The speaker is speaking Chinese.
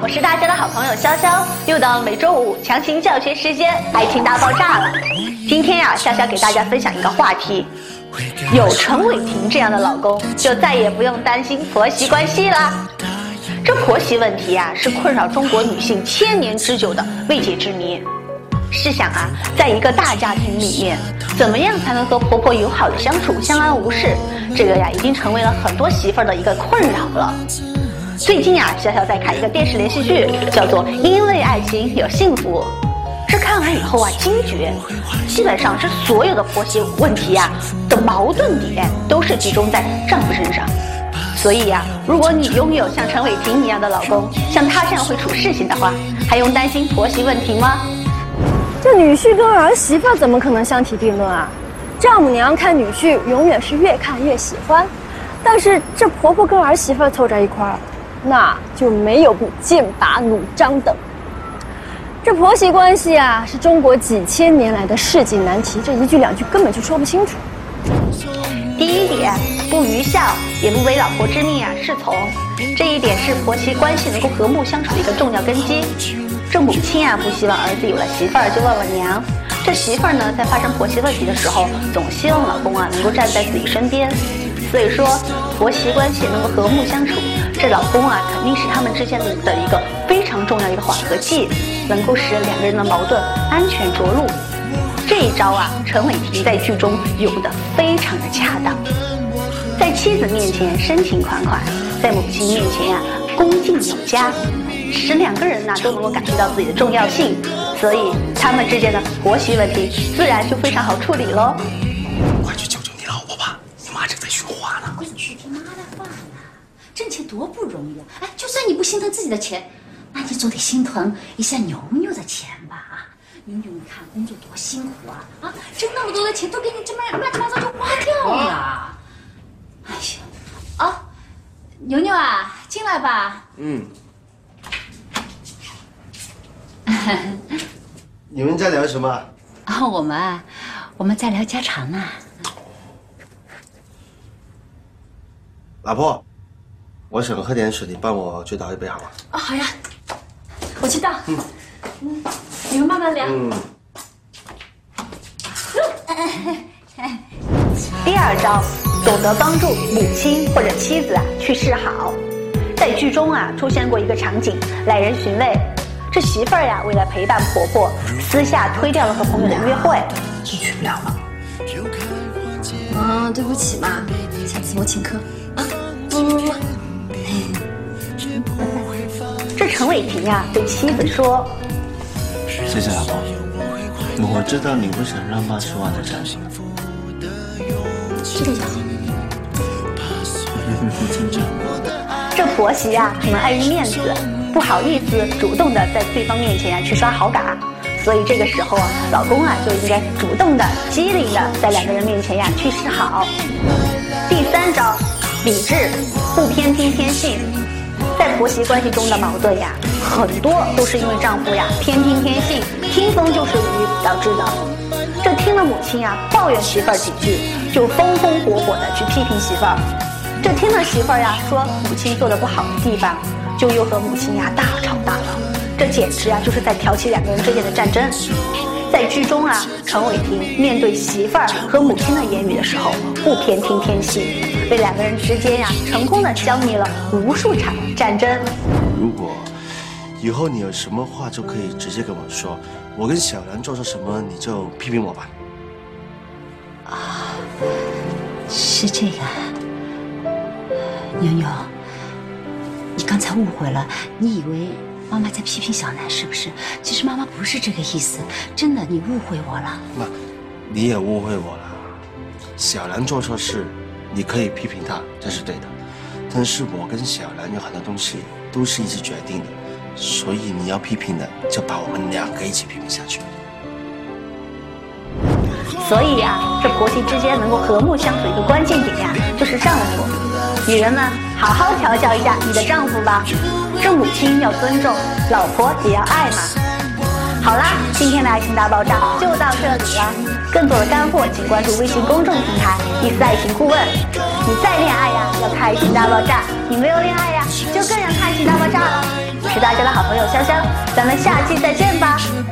我是大家的好朋友潇潇，又到每周五强行教学时间，爱情大爆炸了。今天呀，潇潇给大家分享一个话题：有陈伟霆这样的老公，就再也不用担心婆媳关系啦。这婆媳问题啊，是困扰中国女性千年之久的未解之谜。试想啊，在一个大家庭里面，怎么样才能和婆婆友好的相处，相安无事？这个呀，已经成为了很多媳妇儿的一个困扰了。最近啊，潇潇在看一个电视连续剧，叫做《因为爱情有幸福》。这看完以后啊，惊觉，基本上是所有的婆媳问题啊的矛盾点都是集中在丈夫身上。所以呀，如果你拥有像陈伟霆一样的老公，像他这样会处事情的话，还用担心婆媳问题吗？ 这女婿跟儿媳妇怎么可能相提并论啊？丈母娘看女婿永远是越看越喜欢，但是这婆婆跟儿媳妇凑在一块儿，那就没有不剑拔弩张的。这婆媳关系啊，是中国几千年来的世纪难题，这一句两句根本就说不清楚。 第一点，不愚孝，也不违老婆之命啊，侍从。这一点是婆媳关系能够和睦相处的一个重要根基。这母亲啊，不希望儿子有了媳妇儿就忘了娘。这媳妇儿呢，在发生婆媳问题的时候，总希望老公啊能够站在自己身边。所以说，婆媳关系能够和睦相处，这老公啊肯定是他们之间的一个非常重要的一个缓和剂，能够使两个人的矛盾安全着陆。这一招啊，陈伟霆在剧中用得非常的恰当，在妻子面前深情款款，在母亲面前啊恭敬有加，使两个人呢都能够感觉到自己的重要性，所以他们之间的婆媳问题自然就非常好处理喽。 快去救救你老婆吧，你妈正在训话呢。 快去听妈的话呢，挣钱多不容易啊！哎，就算你不心疼自己的钱，那你总得心疼一下牛牛的钱吧？啊，牛牛，你看工作多辛苦啊！啊，挣那么多的钱都给你这么乱七八糟就花掉了。哎呀，啊，牛牛啊，进来吧。 你们在聊什么？ 啊，我们在聊家常呢。 老婆，我想喝点水，你帮我去倒一杯好吗？ 啊，好呀，我去倒。你们慢慢聊。 第二招，懂得帮助母亲或者妻子啊去示好。在剧中啊出现过一个场景，耐人寻味。这媳妇儿呀，为了陪伴婆婆，私下推掉了和朋友的约会， 就去不了了。 啊，对不起嘛，下次我请客啊。不。 这陈伟霆啊对妻子说：“ 谢谢老婆，我知道你不想让爸失望的伤心。 这个这婆媳啊，可能碍于面子，不好意思主动的在对方面前啊去刷好感，所以这个时候啊，老公啊就应该主动的、机灵的在两个人面前呀去示好。第三招，理智，不偏听偏信。在婆媳关系中的矛盾呀，很多都是因为丈夫呀偏听偏信，听风就是雨导致的。这听了母亲呀抱怨媳妇儿几句，就风风火火的去批评媳妇儿。这听了媳妇儿呀说母亲做的不好的地方，就又和母亲呀大吵大闹，这简直啊就是在挑起两个人之间的战争。在剧中啊，陈伟霆面对媳妇儿和母亲的言语的时候，不偏听偏信，为两个人之间呀成功的消弭了无数场战争。 如果以后你有什么话就可以直接跟我说，我跟小兰做错什么你就批评我吧。 啊，是这个。牛牛，你刚才误会了，你以为妈妈在批评小南是不是？其实妈妈不是这个意思，真的，你误会我了。 妈，你也误会我了。小兰做错事，你可以批评她，这是对的。但是我跟小兰有很多东西都是一起决定的，所以你要批评的，就把我们两个一起批评下去。 所以呀，这婆媳之间能够和睦相处的一个关键点呀，就是丈夫。女人们，好好调教一下你的丈夫吧。这母亲要尊重，老婆也要爱嘛。好啦，今天的爱情大爆炸就到这里了。更多的干货，请关注微信公众平台“第四爱情顾问”。你再恋爱呀，要开心大爆炸；你没有恋爱呀，就更要开心大爆炸了。 我是大家的好朋友香香，咱们下期再见吧。